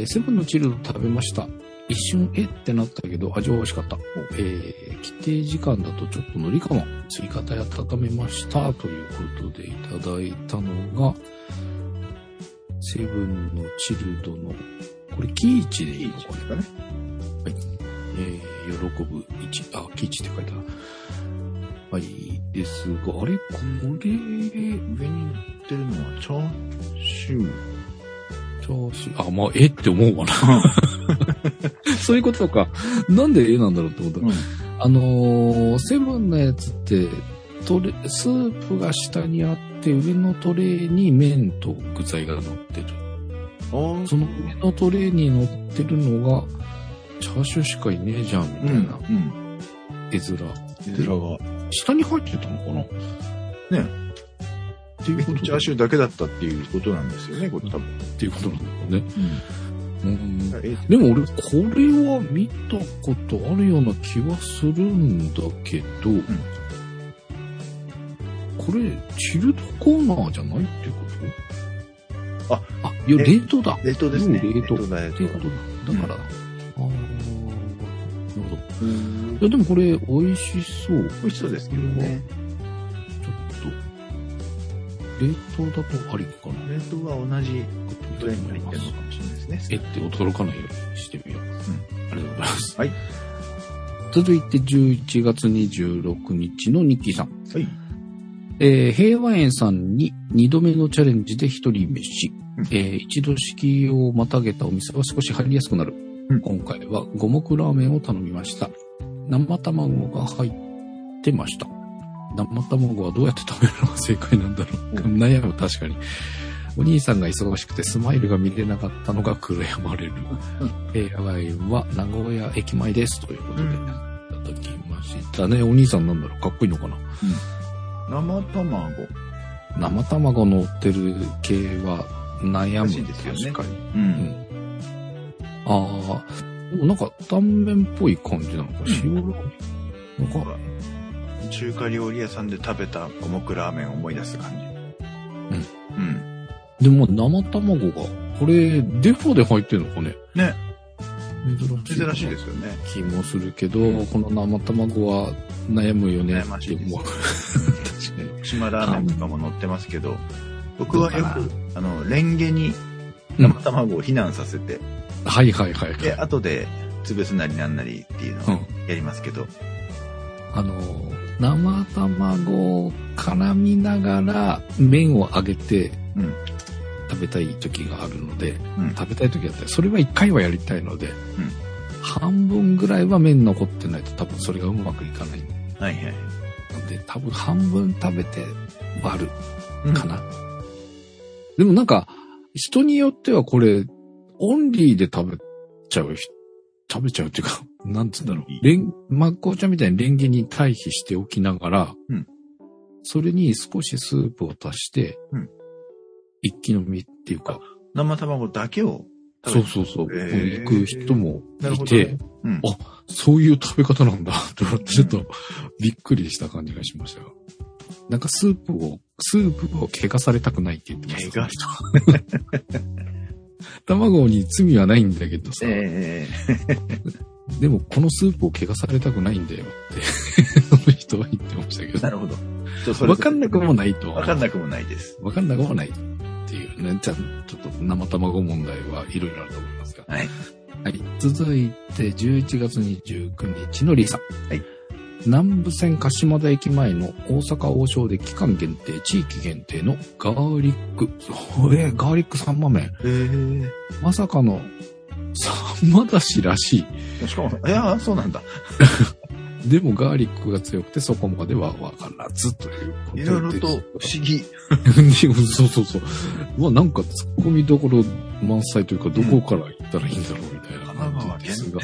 セブンのチルド食べました。一瞬ってなったけど味は美味しかった。規定時間だとちょっと無理かも。追加で温めました。ということでいただいたのが、セブンのチルドの、これキイチでいいのかね。はい。喜ぶ1、キイチって書いてある。はい、ですが、あれこれ、上に乗ってるのはチャーシュー。まあ、って思うわな。そういうことか。なんでなんだろうって思った。セブンのやつって、スープが下にあって、上のトレーに麺と具材が乗ってる。その上のトレーに乗ってるのが、チャーシューしかいねえじゃん、みたいな。絵面が。下に入ってたのかなね。 っていうことチャーシューだけだったっていうことなんですよね、これ多分。 っていうことなんだよね。でも俺、これは見たことあるような気はするんだけど、これ、チルドコーナーじゃないってこといや、冷凍だ。 冷凍ですね。 冷凍だ。っていうことだ。だから、なるほど。いや、でもこれ、美味しそう。 美味しそうですけどね。 ちょっと、冷凍だとありかな。 冷凍は同じトレーに入ってるのかもしれないですね。 って驚かないようにしてみよう。ありがとうございます。 はい。 続いて、11月26日のニッキーさん。はい。平和園さんに2度目のチャレンジで一人飯。一度敷居をまたげたお店は少し入りやすくなる。今回は五目ラーメンを頼みました。生卵が入ってました。生卵はどうやって食べるのが正解なんだろう。悩む、確かに。お兄さんが忙しくてスマイルが見れなかったのが悔やまれる。平和園は名古屋駅前です。ということで、いただきましたね。お兄さんなんだろう、かっこいいのかな。 生卵。 生卵乗ってる系は悩む。 しいですよね。 確かに。 うん。 ああ、でもなんか断面っぽい感じなのか、塩ラーメン。なんか、 中華料理屋さんで食べた五目ラーメンを思い出す感じ。うん。うん。 でも生卵が、これ、デフォで入ってるのかね。 ね。 珍しいですよね。 気もするけど、この生卵は悩むよね。 悩ましいです。 確かに。 島ラーメンとかも載ってますけど、僕はよく、レンゲに生卵を避難させて、 はいはいはい。 で、後で潰すなりなんなりっていうのをやりますけど。 生卵を絡みながら麺を揚げて、食べたい時があるので、食べたい時だったら、それは一回はやりたいので、半分ぐらいは麺残ってないと多分それがうまくいかない。 はいはい。 ので、多分半分食べて割るかな。でもなんか、人によってはこれ、オンリーで食べちゃうっていうか、なんつうんだろう。マッコーちゃんみたいにレンゲに対比しておきながら、それに少しスープを足して、一気飲みっていうか。 生卵だけをそう。行く人もいて、あ、そういう食べ方なんだ、と思ってちょっとびっくりした感じがしましたよ。なんかスープを怪我されたくないって言ってました。卵に罪はないんだけどさ。でもこのスープを怪我されたくないんだよってその人は言ってましたけど。 なるほど。 わかんなくもないと。 わかんなくもないです。 わかんなくもないっていうね。じゃあちょっと生卵問題はいろいろあると思いますが。 はい。 はい。続いて11月29日のリーさん。 はい。 南武線鹿島田駅前の大阪王将で期間限定、地域限定のガーリック。ガーリックサンマ麺。まさかのサンマだしらしい。 しかも、そうなんだ。 でもガーリックが強くてそこまではわからずということで。 いろいろと不思議。 そう。まあなんか突っ込みどころ満載というか、どこから行ったらいいんだろうみたいな感じですが。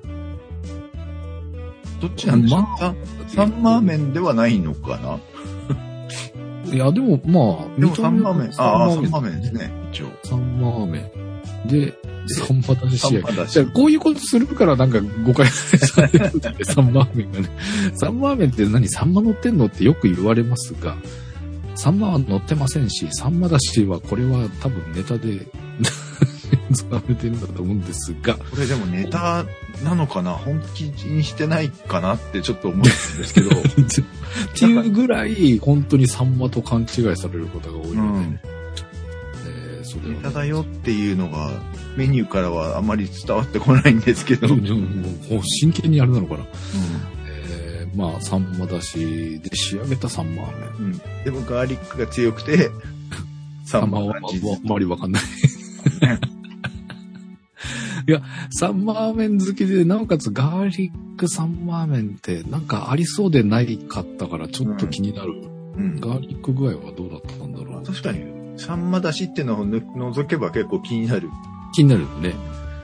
どっちなんでしょう、サンマーメンではないのかな。 いや、でもまあ。 でもサンマーメン。サンマーメンですね、一応。 サンマーメン。で、サンマだし試合。じゃあこういうことするからなんか誤解されるんだね、サンマーメンがね。サンマーメンって何サンマ乗ってんのってよく言われますが、サンマは乗ってませんし、サンマだしはこれは多分ネタで使われてるんだと思うんですが。 これでもネタなのかな、本気にしてないかなってちょっと思うんですけど。 っていうぐらい本当にサンマと勘違いされることが多いので、それはネタだよっていうのがメニューからはあまり伝わってこないんですけど。 もう真剣にあれなのかな。まあ、サンマだしで仕上げたサンマーメン。 でもガーリックが強くて、サンマはあまりわかんない。いや、サンマーメン好きで、なおかつガーリックサンマーメンってなんかありそうでないかったからちょっと気になる。ガーリック具合はどうだったんだろう。 確かに、サンマだしってのを除けば結構気になる。 気になるよね。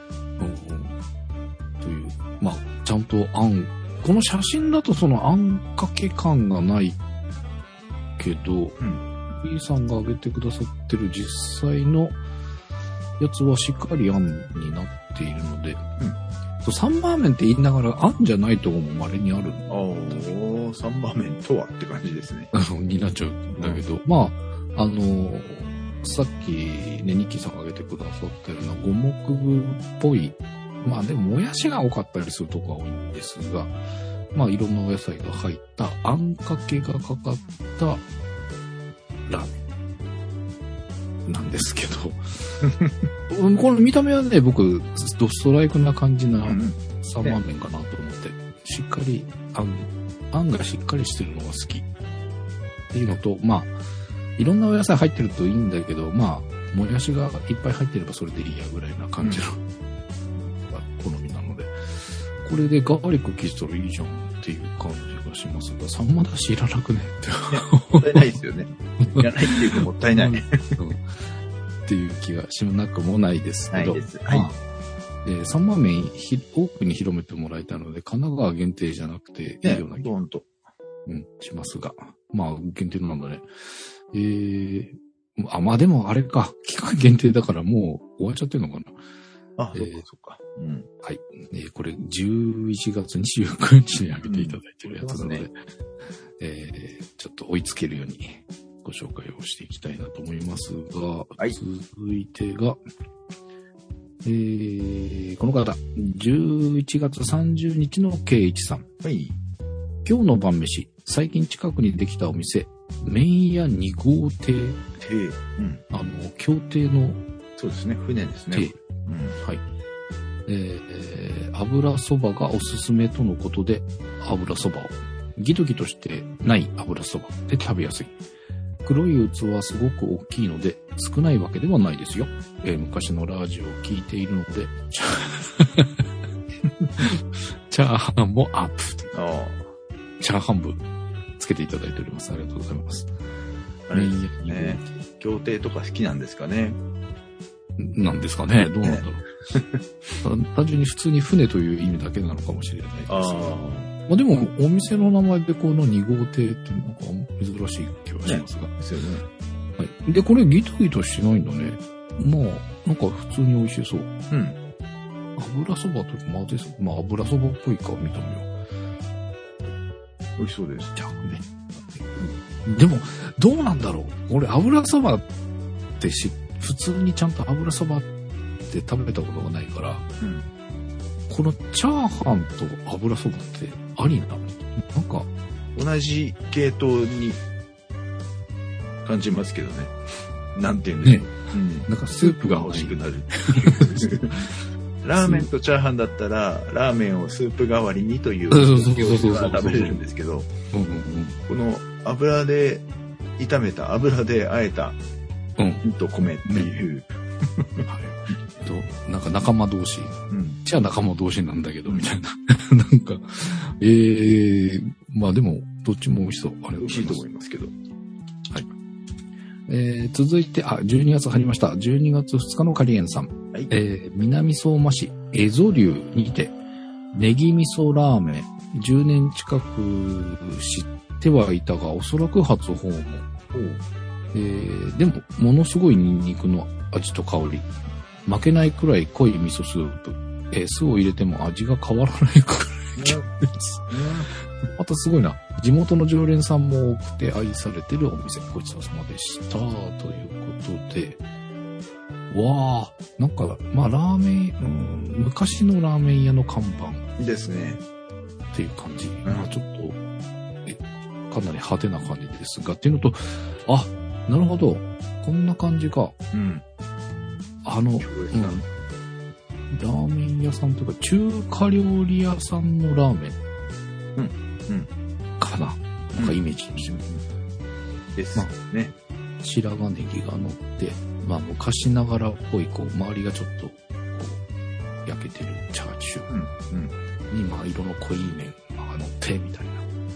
という、まあ、ちゃんとこの写真だとそのあんかけ感がないけど、B さんが上げてくださってる実際のやつはしっかりあんになっているので、サンマーメンって言いながらあんじゃないとこも稀にある。 サンマーメンとはって感じですね。 になっちゃうんだけど、まあ、さっきね、ニッキーさんが上げてくださったような五目具っぽい、まあでももやしが多かったりするとこが多いんですが、まあいろんなお野菜が入ったあんかけがかかったラーメンなんですけど、この見た目はね、僕ドストライクな感じなサンマーメンかなと思って、しっかりあんがしっかりしてるのが好きっていうのと、まあいろんなお野菜入ってるといいんだけど、まあもやしがいっぱい入ってればそれでいいやぐらいな感じの、好みなので、これでガーリック効いたらいいじゃんっていう感じがしますが、サンマだしいらなくねってもったいないですよね。いらないっていうかもったいないっていう気がしなくもないですけど、サンマーメン多くに広めてもらいたいので、神奈川限定じゃなくていいような気が、しますが、 まあ、限定なんだね。まあでもあれか、期間限定だからもう終わっちゃってるのかな。 あ、そっか。うん。 はい。これ11月29日に上げていただいてるやつなので、ちょっと追いつけるようにご紹介をしていきたいなと思いますが、はい、続いてが、この方、11月30日の圭一さん。 はい。 今日の晩飯、最近近くにできたお店、麺屋2号亭。 うん。 協定の。 そうですね、船ですね。 うん。はい。油そばがおすすめとのことで、油そばを。ギトギトしてない油そばで食べやすい。黒い器はすごく大きいので、少ないわけではないですよ。昔のラジオを聞いているので、チャーハンもアップ。チャーハン部つけていただいております。ありがとうございます。 あれですね。協定とか好きなんですかね。 なんですかね。どうなんだろう。単純に普通に船という意味だけなのかもしれないです。まあでも、お店の名前でこの2号艇ってなんか珍しい気はしますが。 ですよね。 はい。で、これギトギトしてないんだね。まあ、なんか普通に美味しそう。うん。油そばというか、まあ油そばっぽいか、見た目は。 美味しそうです。 じゃあね。でも、どうなんだろう。俺、油そばって普通にちゃんと油そばって食べたことがないから、うん、このチャーハンと油そばってありなの？なんか同じ系統に感じますけどね。なんていうんですかね。 うん、なんかスープが欲しくなる。ラーメンとチャーハンだったら、ラーメンをスープ代わりにという料理は食べれるんですけど、この油で炒めた、油で和えた、と米っていう。 なんか仲間同士。じゃあ仲間同士なんだけど、みたいな。なんか、まあでも、どっちも美味しそう。 美味しいと思いますけど。 はい。続いて、12月入りました。12月2日のカリエンさん。はい。南相馬市、蝦夷流にて、ネギ味噌ラーメン、10年近く知ってはいたが、おそらく初訪問。でも、ものすごいニンニクの味と香り。負けないくらい濃い味噌スープ。酢を入れても味が変わらないくらい強烈。またすごいな。地元の常連さんも多くて愛されてるお店。ごちそうさまでした。ということで。わあ、なんか、まあラーメン、昔のラーメン屋の看板。 ですね。 っていう感じ。まあちょっと、かなり派手な感じですが、っていうのと、なるほど。こんな感じか。うん。ラーメン屋さんというか、中華料理屋さんのラーメン。かな。なんかイメージしてみる。 ですね。 白髪ネギが乗って、まあ昔ながらっぽい、こう、周りがちょっと、こう、焼けてるチャーシュー。に、まあ色の濃い麺が乗って、みたいな。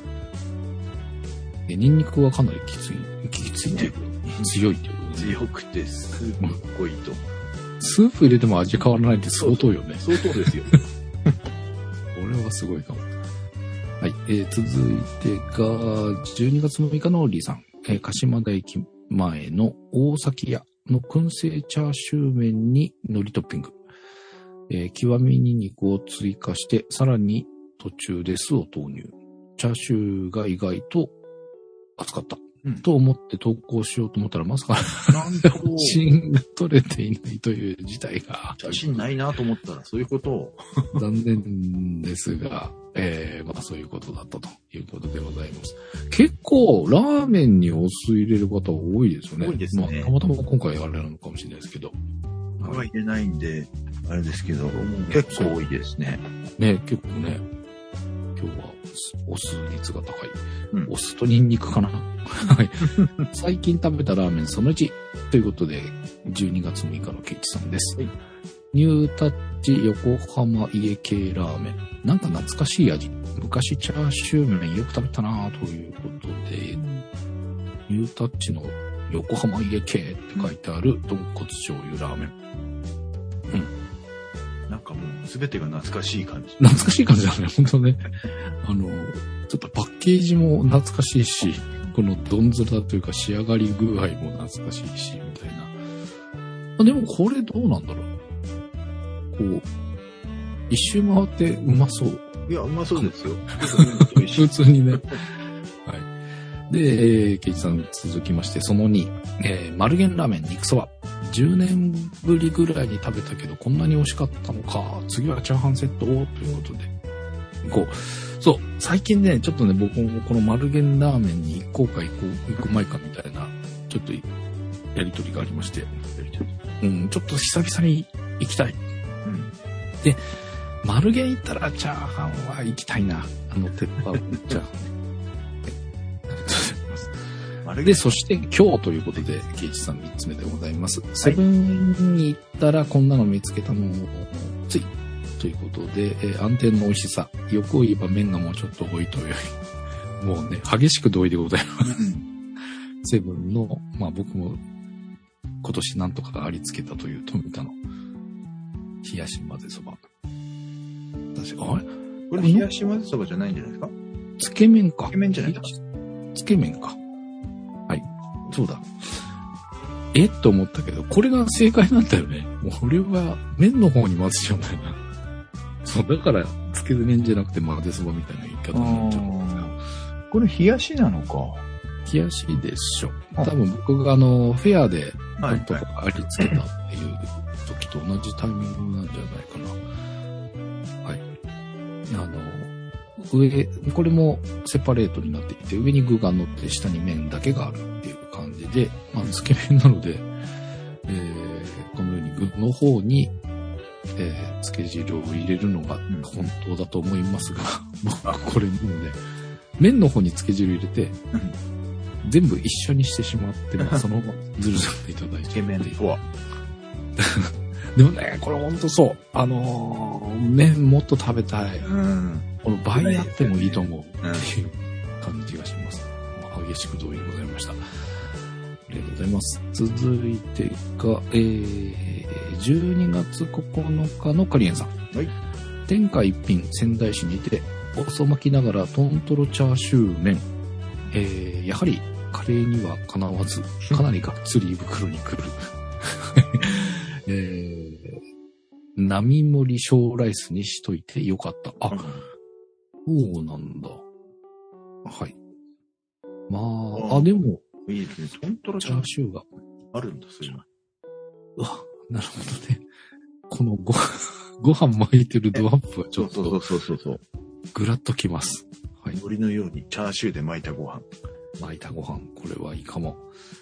ニンニクはかなりきついというか、強いというか。 強くてスープが濃いと。 スープ入れても味変わらないって相当よね。 相当ですよ。これはすごいかも。はい。続いてが、12月6日のリーさん。鹿島田駅前の大崎屋の燻製チャーシュー麺に海苔トッピング。極みに肉を追加して、さらに途中で酢を投入。チャーシューが意外と熱かった。と思って投稿しようと思ったら、まさか、写真が撮れていないという事態が。 写真ないなと思ったら、そういうことを。 残念ですが、まあそういうことだったということでございます。結構、ラーメンにお酢入れる方多いですよね。 多いですね。 まあ、たまたま今回あれなのかもしれないですけど。 僕は入れないんで、あれですけど、結構多いですね。 ね、結構ね。今日はお酢率が高い。お酢とニンニクかな。はい。最近食べたラーメンその1ということで、12月6日のケイチさんです。はい、ニュータッチ横浜家系ラーメン。なんか懐かしい味。昔チャーシュー麺よく食べたなということで、ニュータッチの横浜家系って書いてある豚骨醤油ラーメン。 なんかもう全てが懐かしい感じ。 懐かしい感じだね、本当ね。ちょっとパッケージも懐かしいし、 このどんずらというか仕上がり具合も懐かしいし、みたいな。でもこれどうなんだろう。こう、一周回ってうまそう。 いや、うまそうですよ。 普通にね。はい。で、ケイチさん続きまして、その2、丸源ラーメン肉そば。10年ぶりぐらいに食べたけど、こんなに美味しかったのか。次はチャーハンセットを、ということで。こう、そう、最近ね、ちょっとね、僕もこの丸源ラーメンに行こうか行く前かみたいな、ちょっとやりとりがありまして。うん、ちょっと久々に行きたい。うん。で、丸源行ったらチャーハンは行きたいな。鉄板チャーハン。ありがとうございます。で、そして今日ということで、ケイチさん3つ目でございます。セブンに行ったらこんなの見つけたのをつい。ということで、安定の美味しさ。欲を言えば麺がもうちょっと多いという。もうね、激しく同意でございます。セブンの、まあ僕も今年なんとかありつけたという富田の冷やし混ぜそば。確か、あれこれ冷やし混ぜそばじゃないんじゃないですか？ つけ麺か。 つけ麺じゃないか。 つけ麺か。はい。そうだ。と思ったけど、これが正解なんだよね。もう俺は麺の方に混ぜちゃうんだよな。そう、だから、つけ麺じゃなくて混ぜそばみたいな言い方になっちゃうんだけど。 これ冷やしなのか。 冷やしでしょ。多分僕がフェアで、なんとかありつけたっていう時と同じタイミングなんじゃないかな。はい。上、これもセパレートになっていて、上に具が乗って下に麺だけがあるっていう感じで、まあ、つけ麺なので、このように具の方に、つけ汁を入れるのが本当だと思いますが、僕これもうね、麺の方につけ汁入れて、全部一緒にしてしまって、まあ、そのままずるずるいただいて。つけ麺とは。でもね、これほんとそう。麺もっと食べたい。この倍あってもいいと思うっていう感じがします。まあ、激しく同意でございました。ありがとうございます。続いてが、12月9日のカリエンさん。はい。天下一品仙台市にて、遅まきながらトントロチャーシュー麺。やはりカレーにはかなわず、かなりがっつり胃袋に来る。並盛り小ライスにしといてよかった。あ、そうなんだ。はい。まあ、でも、 いいですね。トントロチャーシューがあるんだ、そういうの。 うわ、なるほどね。このご飯巻いてるドアップはちょっと、 そう。 ぐらっときます。 はい。海苔のようにチャーシューで巻いたご飯。 巻いたご飯、これはいいかも。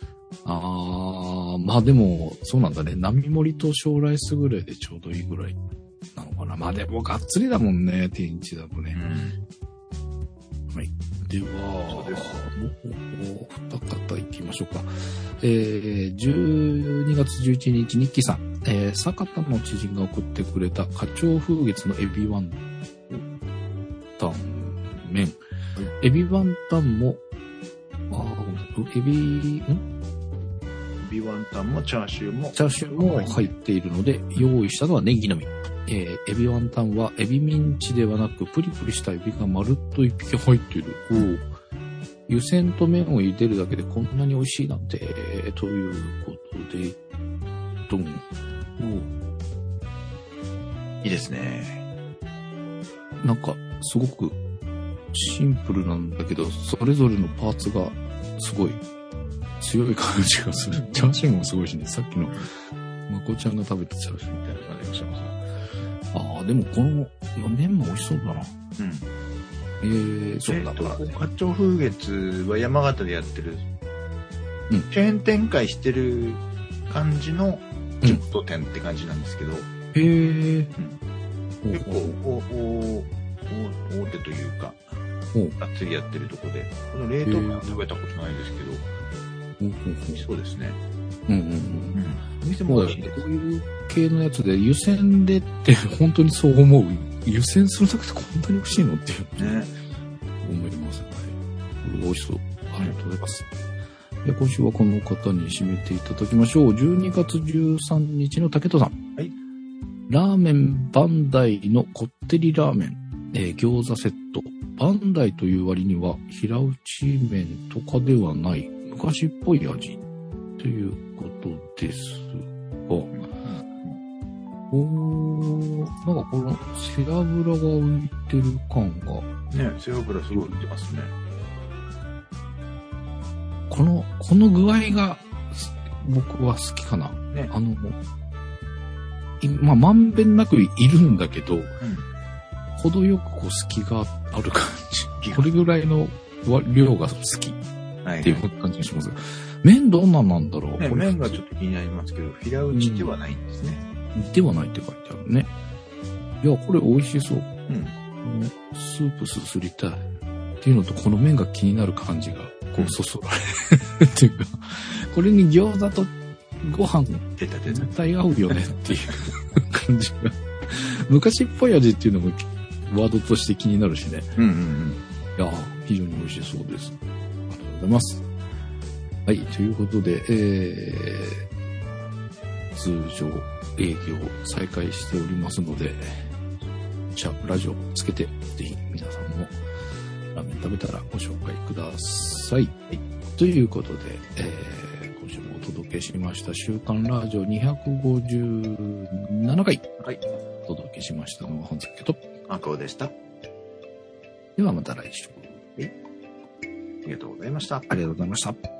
まあでも、そうなんだね。並盛りと小ライスぐらいでちょうどいいぐらいなのかな。まあでも、がっつりだもんね、天一だとね。はい。では、二方行きましょうか。12月11日、ニッキーさん。酒田の知人が送ってくれた花鳥風月のエビワンタン麺。エビワンタンも、エビワンタンもチャーシューも入っているので、用意したのはネギのみ。エビワンタンはエビミンチではなく、プリプリしたエビがまるっと一匹入っている。湯煎と麺を茹でるだけでこんなに美味しいなんて、ということで、 いいですね。 なんか、すごくシンプルなんだけど、それぞれのパーツがすごい強い感じがする。チャーシューもすごいしね、さっきのまこちゃんが食べたチャーシューみたいな感じがします。でもこの麺も美味しそうだな。そうだから。 花鳥風月は山形でやってる、チェーン展開してる感じの地元店って感じなんですけど、結構大手というか、がっつりやってるとこで、この冷凍パン食べたことないですけど、美味しそうですね。お店も美味しいです。 こういう系のやつで湯煎でって本当にそう思う。湯煎するだけでこんなに美味しいのっていうね。思いますね。これ美味しそう。ありがとうございます。で、今週はこの方に締めていただきましょう。12月13日の竹戸さん。はい。ラーメンバンダイのこってりラーメン、餃子セット、 バンダイという割には平打ち麺とかではない昔っぽい味ということですが、なんかこの背脂が浮いてる感が。 ね、背脂すごい浮いてますね。 この具合が僕は好きかな。 ね、 まあ、まんべんなくいるんだけど、程よくこう隙がある感じ。これぐらいの量が好きっていう感じがします。麺どんなんなんだろう、 ね、麺がちょっと気になりますけど、平打ちではないんですね。 ではないって書いてあるね。いや、これ美味しそう。スープすすりたい。っていうのと、この麺が気になる感じが、こう、そそられる。っていうか、これに餃子とご飯、絶対合うよねっていう感じが。昔っぽい味っていうのも、ワードとして気になるしね。いや、非常に美味しそうです。ありがとうございます。はい、ということで、通常営業再開しておりますので、じゃあラジオつけて、ぜひ皆さんもラーメン食べたらご紹介ください。はい、ということで、今週もお届けしました週刊ラジオ257回。はい。お届けしましたのは本崎と赤尾でした。 ではまた来週。 はい。ありがとうございました。 ありがとうございました。